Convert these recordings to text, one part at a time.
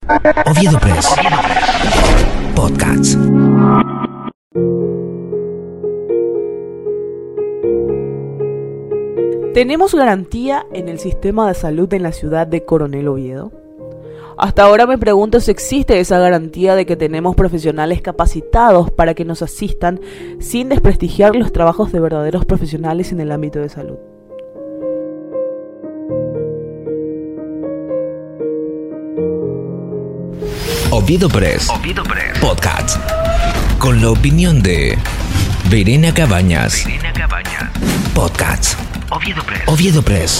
Oviedo Press. Podcast. ¿Tenemos garantía en el sistema de salud en la ciudad de Coronel Oviedo? Hasta ahora me pregunto si existe esa garantía de que tenemos profesionales capacitados para que nos asistan sin desprestigiar los trabajos de verdaderos profesionales en el ámbito de salud. Oviedo Press. Podcast. Con la opinión de Verena Cabañas. Podcast. Oviedo Press.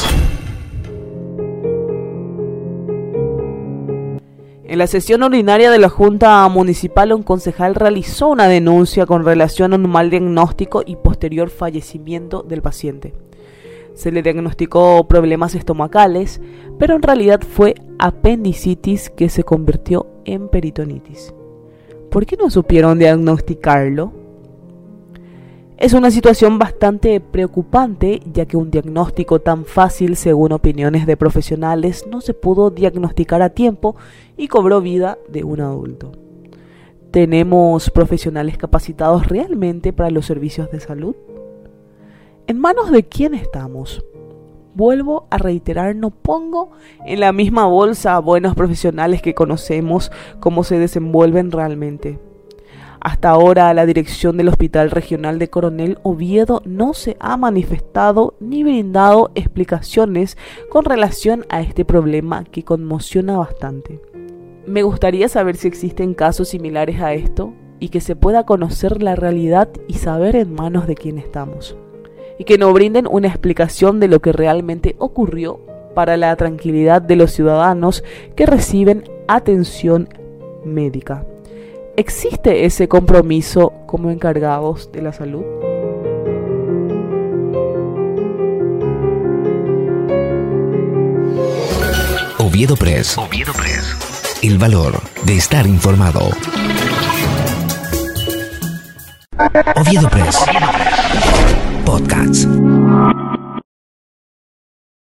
En la sesión ordinaria de la Junta Municipal, un concejal realizó una denuncia con relación a un mal diagnóstico y posterior fallecimiento del paciente. Se le diagnosticó problemas estomacales, pero en realidad fue apendicitis que se convirtió en peritonitis. ¿Por qué no supieron diagnosticarlo? Es una situación bastante preocupante, ya que un diagnóstico tan fácil, según opiniones de profesionales, no se pudo diagnosticar a tiempo y cobró vida de un adulto. ¿Tenemos profesionales capacitados realmente para los servicios de salud? ¿En manos de quién estamos? Vuelvo a reiterar, no pongo en la misma bolsa a buenos profesionales que conocemos cómo se desenvuelven realmente. Hasta ahora, la dirección del Hospital Regional de Coronel Oviedo no se ha manifestado ni brindado explicaciones con relación a este problema que conmociona bastante. Me gustaría saber si existen casos similares a esto y que se pueda conocer la realidad y saber en manos de quién estamos. Y que nos brinden una explicación de lo que realmente ocurrió para la tranquilidad de los ciudadanos que reciben atención médica. ¿Existe ese compromiso como encargados de la salud? Oviedo Press. El valor de estar informado. Oviedo Press. Podcast.